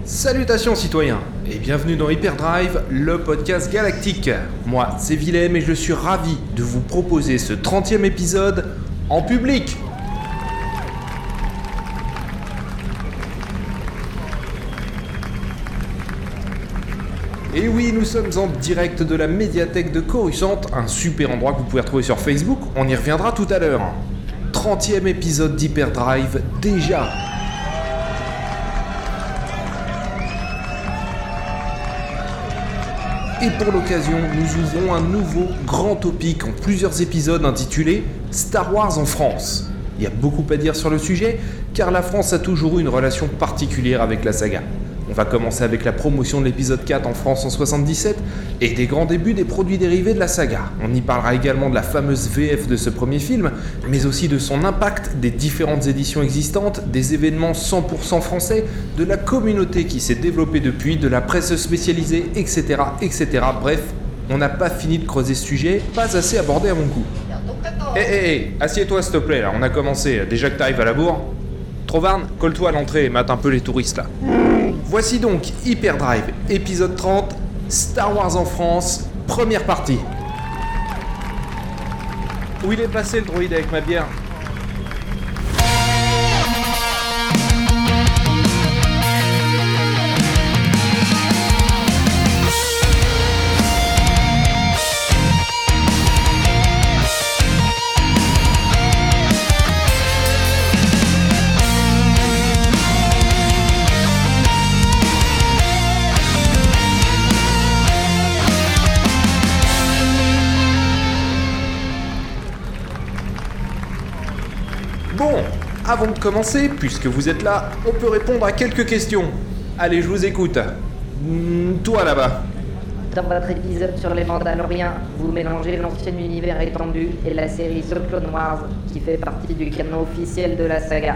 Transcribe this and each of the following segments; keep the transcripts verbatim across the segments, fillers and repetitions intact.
Salutations citoyens, et bienvenue dans Hyperdrive, le podcast galactique. Moi, c'est Willem et je suis ravi de vous proposer ce trentième épisode en public. Et oui, nous sommes en direct de la médiathèque de Coruscant, un super endroit que vous pouvez retrouver sur Facebook, on y reviendra tout à l'heure. trentième épisode d'Hyperdrive déjà. Et pour l'occasion, nous ouvrons un nouveau grand topic en plusieurs épisodes intitulé Star Wars en France. Il y a beaucoup à dire sur le sujet, car la France a toujours eu une relation particulière avec la saga. On va commencer avec la promotion de l'épisode quatre en France en soixante-dix-sept et des grands débuts des produits dérivés de la saga. On y parlera également de la fameuse V F de ce premier film, mais aussi de son impact, des différentes éditions existantes, des événements cent pour cent français, de la communauté qui s'est développée depuis, de la presse spécialisée, et cetera, et cetera. Bref, on n'a pas fini de creuser ce sujet, pas assez abordé à mon goût. Hé hé hé, assieds-toi s'il te plaît là, on a commencé, déjà que t'arrives à la bourre. Trovarne, colle-toi à l'entrée et mate un peu les touristes là. Voici donc Hyperdrive, épisode trente, Star Wars en France, première partie. Où il est passé le droïde avec ma bière ? Bon, avant de commencer, puisque vous êtes là, on peut répondre à quelques questions. Allez, je vous écoute. Mmh, toi là-bas. Dans votre épisode sur les Mandaloriens, vous mélangez l'ancien univers étendu et la série The Clone Wars, qui fait partie du canon officiel de la saga.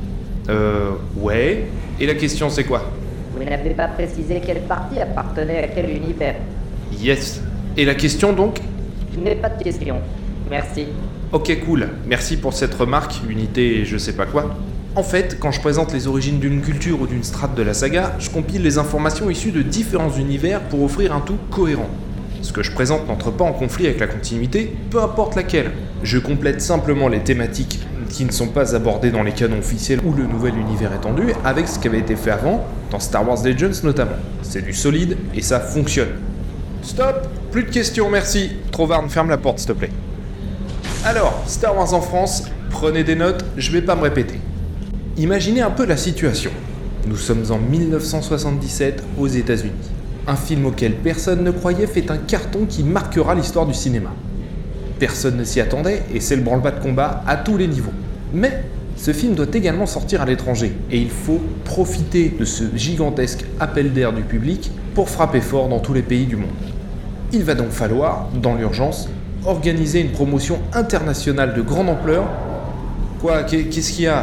Euh, ouais. Et la question c'est quoi ? Vous n'avez pas précisé quelle partie appartenait à quel univers. Yes. Et la question donc ? Je n'ai pas de question. Merci. Ok, cool. Merci pour cette remarque, unité et je sais pas quoi. En fait, quand je présente les origines d'une culture ou d'une strate de la saga, je compile les informations issues de différents univers pour offrir un tout cohérent. Ce que je présente n'entre pas en conflit avec la continuité, peu importe laquelle. Je complète simplement les thématiques qui ne sont pas abordées dans les canons officiels ou le nouvel univers étendu avec ce qui avait été fait avant, dans Star Wars Legends notamment. C'est du solide et ça fonctionne. Stop, plus de questions, merci. Trovarne, ferme la porte s'il te plaît. Alors, Star Wars en France, prenez des notes, je vais pas me répéter. Imaginez un peu la situation. Nous sommes en dix-neuf cent soixante-dix-sept aux États-Unis. Un film auquel personne ne croyait fait un carton qui marquera l'histoire du cinéma. Personne ne s'y attendait et c'est le branle-bas de combat à tous les niveaux. Mais ce film doit également sortir à l'étranger et il faut profiter de ce gigantesque appel d'air du public pour frapper fort dans tous les pays du monde. Il va donc falloir, dans l'urgence, organiser une promotion internationale de grande ampleur. Quoi, qu'est-ce qu'il y a ?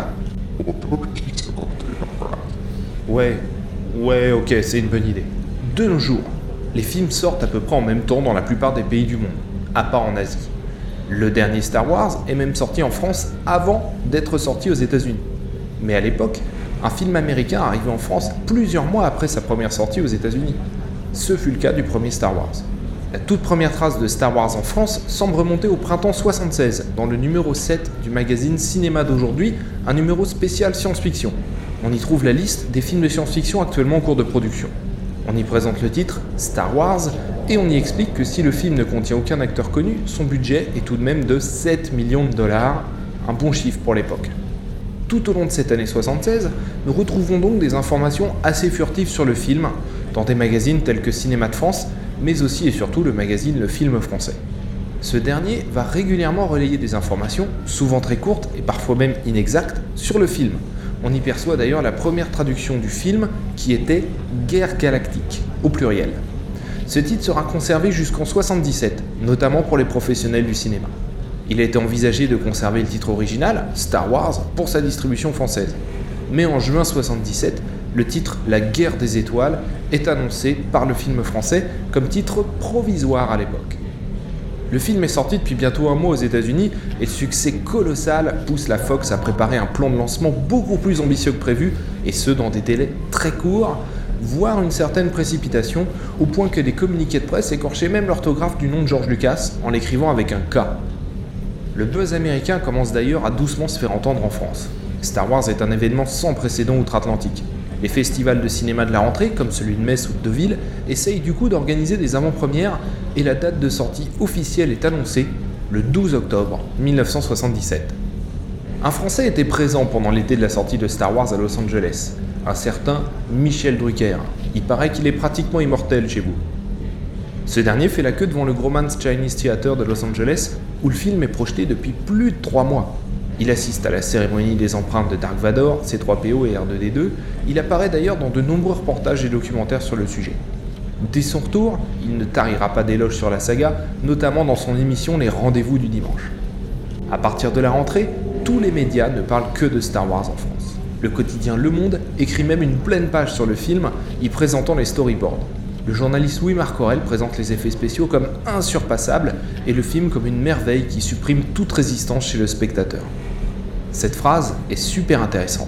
Ouais, ouais, ok, c'est une bonne idée. De nos jours, les films sortent à peu près en même temps dans la plupart des pays du monde, à part en Asie. Le dernier Star Wars est même sorti en France avant d'être sorti aux États-Unis. Mais à l'époque, un film américain arrivait en France plusieurs mois après sa première sortie aux États-Unis. Ce fut le cas du premier Star Wars. La toute première trace de Star Wars en France semble remonter au printemps soixante-seize, dans le numéro sept du magazine Cinéma d'aujourd'hui, un numéro spécial science-fiction. On y trouve la liste des films de science-fiction actuellement en cours de production. On y présente le titre Star Wars et on y explique que si le film ne contient aucun acteur connu, son budget est tout de même de sept millions de dollars, un bon chiffre pour l'époque. Tout au long de cette année soixante-seize, nous retrouvons donc des informations assez furtives sur le film, dans des magazines tels que Cinéma de France, mais aussi et surtout le magazine Le Film Français. Ce dernier va régulièrement relayer des informations, souvent très courtes et parfois même inexactes, sur le film. On y perçoit d'ailleurs la première traduction du film qui était « Guerre galactique » au pluriel. Ce titre sera conservé jusqu'en soixante-dix-sept, notamment pour les professionnels du cinéma. Il a été envisagé de conserver le titre original, Star Wars, pour sa distribution française. Mais en juin soixante-dix-sept, le titre « La guerre des étoiles » est annoncé par le film français comme titre provisoire à l'époque. Le film est sorti depuis bientôt un mois aux États-Unis et le succès colossal pousse la Fox à préparer un plan de lancement beaucoup plus ambitieux que prévu, et ce dans des délais très courts, voire une certaine précipitation, au point que des communiqués de presse écorchaient même l'orthographe du nom de George Lucas en l'écrivant avec un K. Le buzz américain commence d'ailleurs à doucement se faire entendre en France. Star Wars est un événement sans précédent outre-Atlantique. Les festivals de cinéma de la rentrée, comme celui de Metz ou de Deauville, essayent du coup d'organiser des avant-premières et la date de sortie officielle est annoncée le douze octobre mille neuf cent soixante-dix-sept. Un Français était présent pendant l'été de la sortie de Star Wars à Los Angeles, un certain Michel Drucker. Il paraît qu'il est pratiquement immortel chez vous. Ce dernier fait la queue devant le Grauman's Chinese Theater de Los Angeles, où le film est projeté depuis plus de trois mois. Il assiste à la cérémonie des empreintes de Dark Vador, C trois P O et R deux D deux. Il apparaît d'ailleurs dans de nombreux reportages et documentaires sur le sujet. Dès son retour, il ne tarira pas d'éloges sur la saga, notamment dans son émission Les Rendez-vous du Dimanche. À partir de la rentrée, tous les médias ne parlent que de Star Wars en France. Le quotidien Le Monde écrit même une pleine page sur le film, y présentant les storyboards. Le journaliste Louis-Marc Aurel présente les effets spéciaux comme insurpassables et le film comme une merveille qui supprime toute résistance chez le spectateur. Cette phrase est super intéressante.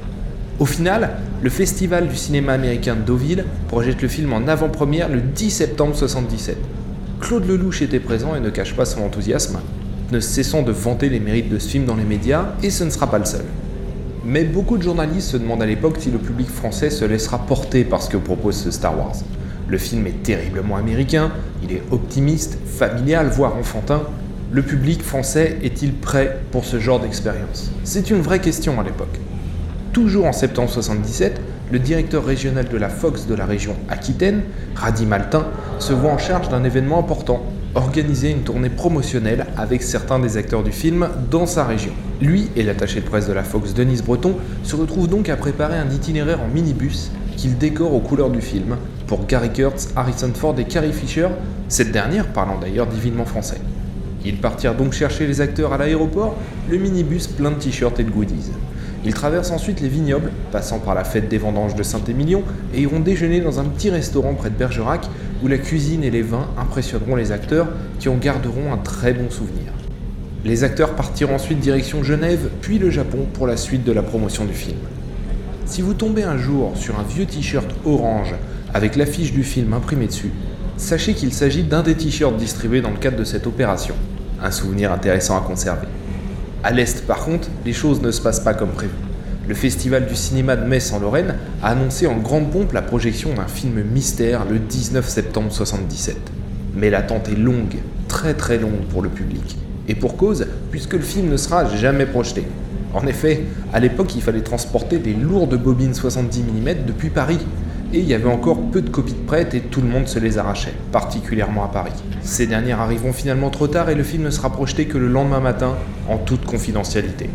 Au final, le Festival du cinéma américain de Deauville projette le film en avant-première le dix septembre soixante-dix-sept. Claude Lelouch était présent et ne cache pas son enthousiasme, ne cessant de vanter les mérites de ce film dans les médias, et ce ne sera pas le seul. Mais beaucoup de journalistes se demandent à l'époque si le public français se laissera porter par ce que propose ce Star Wars. Le film est terriblement américain, il est optimiste, familial, voire enfantin. Le public français est-il prêt pour ce genre d'expérience ? C'est une vraie question à l'époque. Toujours en septembre soixante-dix-sept, le directeur régional de la Fox de la région Aquitaine, Radi Maltin, se voit en charge d'un événement important, organiser une tournée promotionnelle avec certains des acteurs du film dans sa région. Lui et l'attaché de presse de la Fox, Denise Breton, se retrouvent donc à préparer un itinéraire en minibus qu'il décore aux couleurs du film, pour Gary Kurtz, Harrison Ford et Carrie Fisher, cette dernière parlant d'ailleurs divinement français. Ils partirent donc chercher les acteurs à l'aéroport, le minibus plein de t-shirts et de goodies. Ils traversent ensuite les vignobles, passant par la fête des vendanges de Saint-Émilion, et iront déjeuner dans un petit restaurant près de Bergerac, où la cuisine et les vins impressionneront les acteurs, qui en garderont un très bon souvenir. Les acteurs partiront ensuite direction Genève, puis le Japon pour la suite de la promotion du film. Si vous tombez un jour sur un vieux t-shirt orange avec l'affiche du film imprimée dessus, sachez qu'il s'agit d'un des t-shirts distribués dans le cadre de cette opération. Un souvenir intéressant à conserver. À l'Est, par contre, les choses ne se passent pas comme prévu. Le Festival du cinéma de Metz en Lorraine a annoncé en grande pompe la projection d'un film mystère le dix-neuf septembre soixante-dix-sept. Mais l'attente est longue, très très longue pour le public. Et pour cause, puisque le film ne sera jamais projeté. En effet, à l'époque, il fallait transporter des lourdes bobines soixante-dix millimètres depuis Paris. Et il y avait encore peu de copies de prêtes et tout le monde se les arrachait, particulièrement à Paris. Ces dernières arriveront finalement trop tard et le film ne sera projeté que le lendemain matin, en toute confidentialité.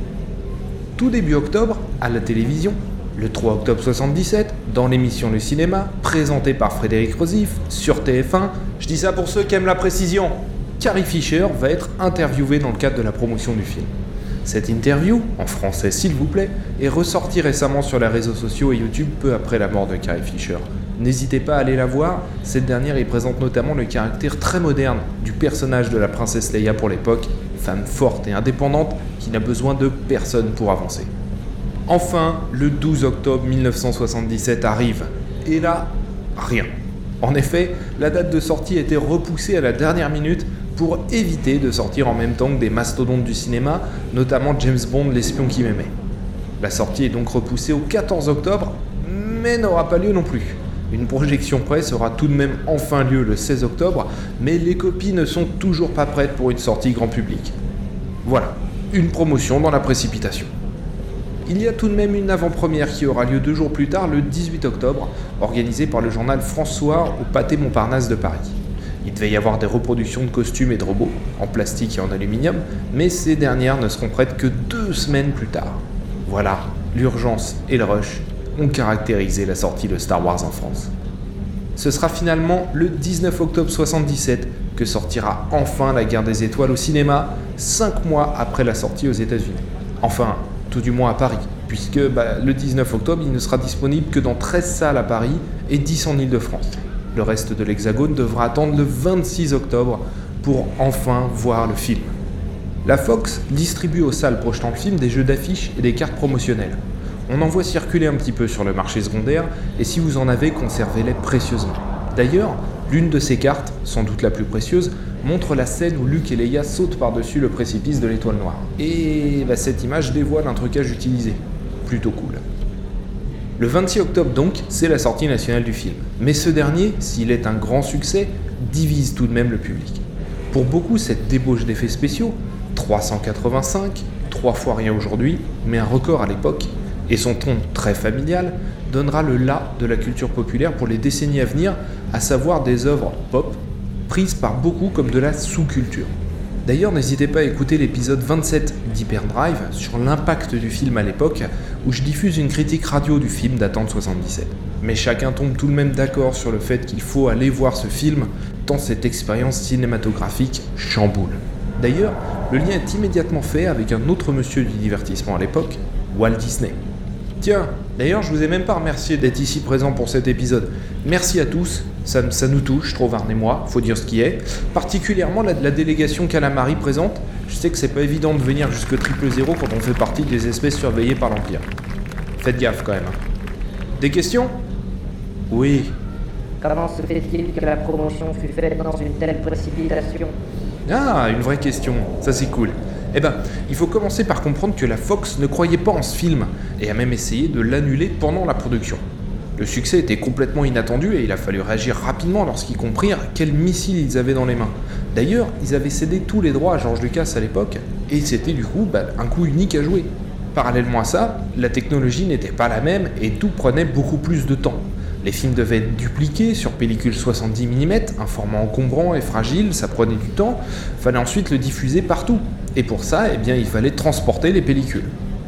Tout début octobre, à la télévision, le trois octobre soixante-dix-sept, dans l'émission Le Cinéma, présentée par Frédéric Rosif, sur T F un, je dis ça pour ceux qui aiment la précision, Carrie Fisher va être interviewée dans le cadre de la promotion du film. Cette interview, en français s'il vous plaît, est ressortie récemment sur les réseaux sociaux et YouTube peu après la mort de Carrie Fisher. N'hésitez pas à aller la voir, cette dernière y présente notamment le caractère très moderne du personnage de la princesse Leia pour l'époque, femme forte et indépendante qui n'a besoin de personne pour avancer. Enfin, le douze octobre mille neuf cent soixante-dix-sept arrive, et là, rien. En effet, la date de sortie a été repoussée à la dernière minute pour éviter de sortir en même temps que des mastodontes du cinéma, notamment James Bond, l'espion qui m'aimait. La sortie est donc repoussée au quatorze octobre, mais n'aura pas lieu non plus. Une projection presse aura tout de même enfin lieu le seize octobre, mais les copies ne sont toujours pas prêtes pour une sortie grand public. Voilà, une promotion dans la précipitation. Il y a tout de même une avant-première qui aura lieu deux jours plus tard, le dix-huit octobre, organisée par le journal François au Pâté Montparnasse de Paris. Il devait y avoir des reproductions de costumes et de robots, en plastique et en aluminium, mais ces dernières ne seront prêtes que deux semaines plus tard. Voilà, l'urgence et le rush ont caractérisé la sortie de Star Wars en France. Ce sera finalement le dix-neuf octobre soixante-dix-sept que sortira enfin La Guerre des Étoiles au cinéma, cinq mois après la sortie aux États-Unis. Enfin, tout du moins à Paris, puisque bah, le dix-neuf octobre, il ne sera disponible que dans treize salles à Paris et dix en Île-de-France. Le reste de l'Hexagone devra attendre le vingt-six octobre pour enfin voir le film. La Fox distribue aux salles projetant le film des jeux d'affiches et des cartes promotionnelles. On en voit circuler un petit peu sur le marché secondaire, et si vous en avez, conservez-les précieusement. D'ailleurs, l'une de ces cartes, sans doute la plus précieuse, montre la scène où Luke et Leia sautent par-dessus le précipice de l'étoile noire. Et bah, cette image dévoile un trucage utilisé. Plutôt cool. Le vingt-six octobre donc, c'est la sortie nationale du film. Mais ce dernier, s'il est un grand succès, divise tout de même le public. Pour beaucoup, cette débauche d'effets spéciaux, trois cent quatre-vingt-cinq, trois fois rien aujourd'hui, mais un record à l'époque, et son ton très familial, donnera le là de la culture populaire pour les décennies à venir, à savoir des œuvres pop, prises par beaucoup comme de la sous-culture. D'ailleurs, n'hésitez pas à écouter l'épisode vingt-sept d'Hyperdrive sur l'impact du film à l'époque, où je diffuse une critique radio du film datant de soixante-dix-sept. Mais chacun tombe tout de même d'accord sur le fait qu'il faut aller voir ce film, tant cette expérience cinématographique chamboule. D'ailleurs, le lien est immédiatement fait avec un autre monsieur du divertissement à l'époque, Walt Disney. Tiens, d'ailleurs, je vous ai même pas remercié d'être ici présent pour cet épisode. Merci à tous, ça, ça nous touche, Trovarne et moi, faut dire ce qui est. Particulièrement la, la délégation Calamari présente. Je sais que c'est pas évident de venir jusque triple zéro quand on fait partie des espèces surveillées par l'Empire. Faites gaffe quand même. Des questions ? Oui. Comment se fait-il que la promotion fut faite dans une telle précipitation ? Ah, une vraie question, ça c'est cool. Eh ben, il faut commencer par comprendre que la Fox ne croyait pas en ce film, et a même essayé de l'annuler pendant la production. Le succès était complètement inattendu et il a fallu réagir rapidement lorsqu'ils comprirent quel missile ils avaient dans les mains. D'ailleurs, ils avaient cédé tous les droits à George Lucas à l'époque, et c'était du coup bah, un coup unique à jouer. Parallèlement à ça, la technologie n'était pas la même et tout prenait beaucoup plus de temps. Les films devaient être dupliqués sur pellicule soixante-dix millimètres, un format encombrant et fragile, ça prenait du temps, fallait ensuite le diffuser partout. Et pour ça, eh bien, il fallait transporter les pellicules.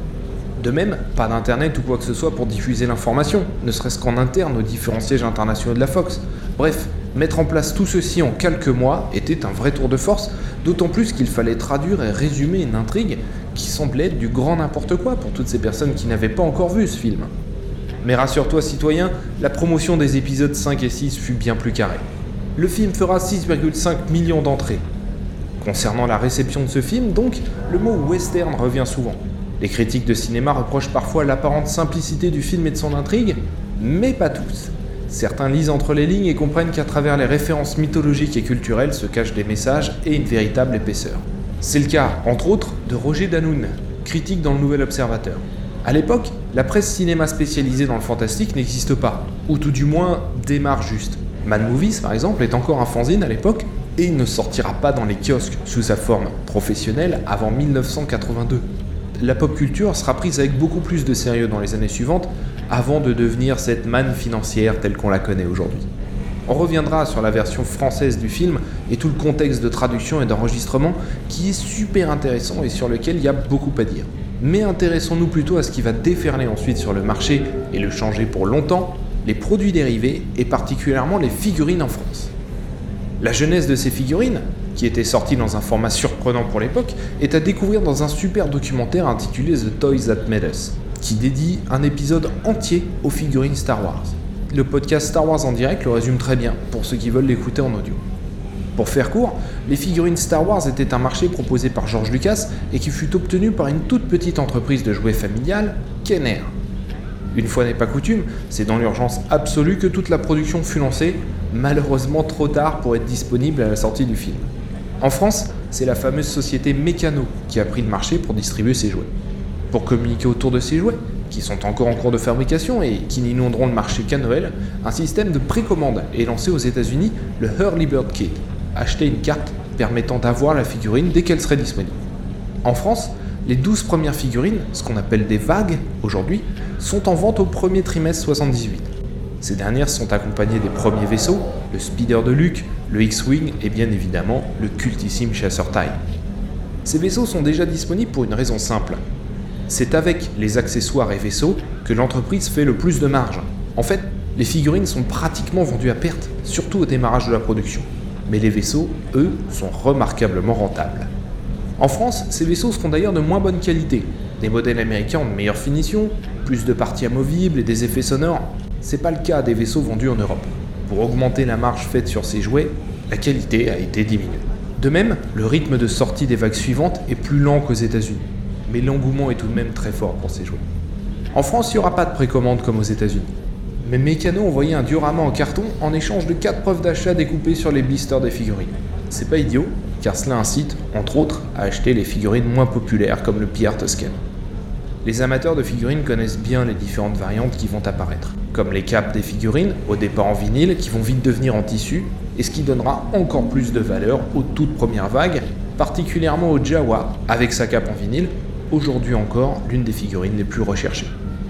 De même, pas d'internet ou quoi que ce soit pour diffuser l'information, ne serait-ce qu'en interne aux différents sièges internationaux de la Fox. Bref, mettre en place tout ceci en quelques mois était un vrai tour de force, d'autant plus qu'il fallait traduire et résumer une intrigue qui semblait être du grand n'importe quoi pour toutes ces personnes qui n'avaient pas encore vu ce film. Mais rassure-toi citoyen, la promotion des épisodes cinq et six fut bien plus carrée. Le film fera six virgule cinq millions d'entrées. Concernant la réception de ce film, donc, le mot western revient souvent. Les critiques de cinéma reprochent parfois l'apparente simplicité du film et de son intrigue, mais pas tous. Certains lisent entre les lignes et comprennent qu'à travers les références mythologiques et culturelles se cachent des messages et une véritable épaisseur. C'est le cas, entre autres, de Roger Danoun, critique dans le Nouvel Observateur. À l'époque, la presse cinéma spécialisée dans le fantastique n'existe pas, ou tout du moins démarre juste. Mad Movies, par exemple, est encore un fanzine à l'époque, et il ne sortira pas dans les kiosques sous sa forme professionnelle avant mille neuf cent quatre-vingt-deux. La pop culture sera prise avec beaucoup plus de sérieux dans les années suivantes, avant de devenir cette manne financière telle qu'on la connaît aujourd'hui. On reviendra sur la version française du film et tout le contexte de traduction et d'enregistrement qui est super intéressant et sur lequel il y a beaucoup à dire. Mais intéressons-nous plutôt à ce qui va déferler ensuite sur le marché et le changer pour longtemps, les produits dérivés et particulièrement les figurines en France. La genèse de ces figurines, qui étaient sorties dans un format surprenant pour l'époque, est à découvrir dans un super documentaire intitulé The Toys That Made Us, qui dédie un épisode entier aux figurines Star Wars. Le podcast Star Wars en direct le résume très bien pour ceux qui veulent l'écouter en audio. Pour faire court, les figurines Star Wars étaient un marché proposé par George Lucas et qui fut obtenu par une toute petite entreprise de jouets familiale, Kenner. Une fois n'est pas coutume, c'est dans l'urgence absolue que toute la production fut lancée, malheureusement trop tard pour être disponible à la sortie du film. En France, c'est la fameuse société Mécano qui a pris le marché pour distribuer ces jouets. Pour communiquer autour de ces jouets, qui sont encore en cours de fabrication et qui n'inonderont le marché qu'à Noël, un système de précommande est lancé aux États-Unis, le Early Bird Kit. Acheter une carte permettant d'avoir la figurine dès qu'elle serait disponible. En France, les douze premières figurines, ce qu'on appelle des vagues aujourd'hui, sont en vente au premier trimestre soixante-dix-huit. Ces dernières sont accompagnées des premiers vaisseaux, le Speeder de Luke, le X-Wing et bien évidemment le cultissime chasseur TIE. Ces vaisseaux sont déjà disponibles pour une raison simple. C'est avec les accessoires et vaisseaux que l'entreprise fait le plus de marge. En fait, les figurines sont pratiquement vendues à perte, surtout au démarrage de la production. Mais les vaisseaux, eux, sont remarquablement rentables. En France, ces vaisseaux seront d'ailleurs de moins bonne qualité. Des modèles américains ont de meilleure finition, plus de parties amovibles et des effets sonores. C'est pas le cas des vaisseaux vendus en Europe. Pour augmenter la marge faite sur ces jouets, la qualité a été diminuée. De même, le rythme de sortie des vagues suivantes est plus lent qu'aux États-Unis. Mais l'engouement est tout de même très fort pour ces jouets. En France, il n'y aura pas de précommande comme aux États-Unis. Mais Meccano envoyait un diorama en carton en échange de quatre preuves d'achat découpées sur les blisters des figurines. C'est pas idiot, car cela incite, entre autres, à acheter les figurines moins populaires comme le P R Toscan. Les amateurs de figurines connaissent bien les différentes variantes qui vont apparaître, comme les capes des figurines, au départ en vinyle, qui vont vite devenir en tissu, et ce qui donnera encore plus de valeur aux toutes premières vagues, particulièrement au Jawa, avec sa cape en vinyle, aujourd'hui encore l'une des figurines les plus recherchées.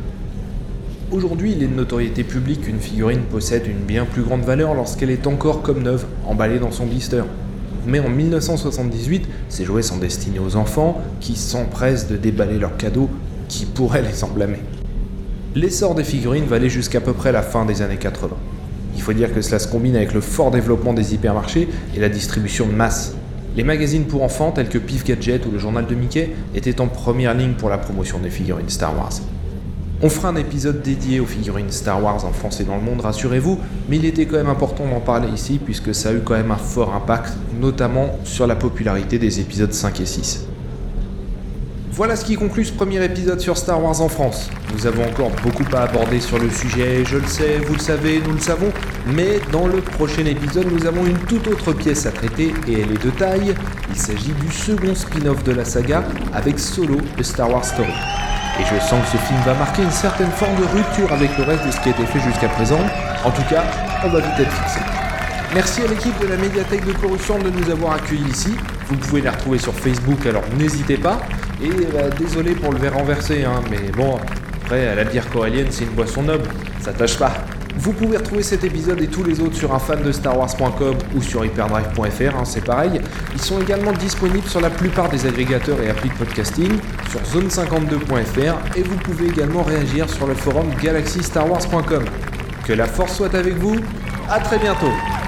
Aujourd'hui, il est de notoriété publique qu'une figurine possède une bien plus grande valeur lorsqu'elle est encore comme neuve, emballée dans son blister. Mais en mille neuf cent soixante-dix-huit, ces jouets sont destinés aux enfants qui s'empressent de déballer leurs cadeaux qui pourraient les emblâmer. L'essor des figurines va aller jusqu'à peu près la fin des années quatre-vingts. Il faut dire que cela se combine avec le fort développement des hypermarchés et la distribution de masse. Les magazines pour enfants tels que Pif Gadget ou le journal de Mickey étaient en première ligne pour la promotion des figurines Star Wars. On fera un épisode dédié aux figurines Star Wars en France et dans le monde, rassurez-vous, mais il était quand même important d'en parler ici puisque ça a eu quand même un fort impact, notamment sur la popularité des épisodes cinq et six. Voilà ce qui conclut ce premier épisode sur Star Wars en France. Nous avons encore beaucoup à aborder sur le sujet, je le sais, vous le savez, nous le savons, mais dans le prochain épisode, nous avons une toute autre pièce à traiter et elle est de taille. Il s'agit du second spin-off de la saga avec Solo de Star Wars Story. Et je sens que ce film va marquer une certaine forme de rupture avec le reste de ce qui a été fait jusqu'à présent. En tout cas, on va vite être fixé. Merci à l'équipe de la médiathèque de Coruscant de nous avoir accueillis ici. Vous pouvez les retrouver sur Facebook, alors n'hésitez pas. Et bah, désolé pour le verre renversé, hein, mais bon, après, la bière corélienne, c'est une boisson noble, ça tâche pas. Vous pouvez retrouver cet épisode et tous les autres sur un fan de Star Wars point com ou sur hyperdrive point f r, hein, c'est pareil. Ils sont également disponibles sur la plupart des agrégateurs et applis de podcasting, sur zone cinquante-deux point f r, et vous pouvez également réagir sur le forum galaxy star wars point com. Que la force soit avec vous, à très bientôt.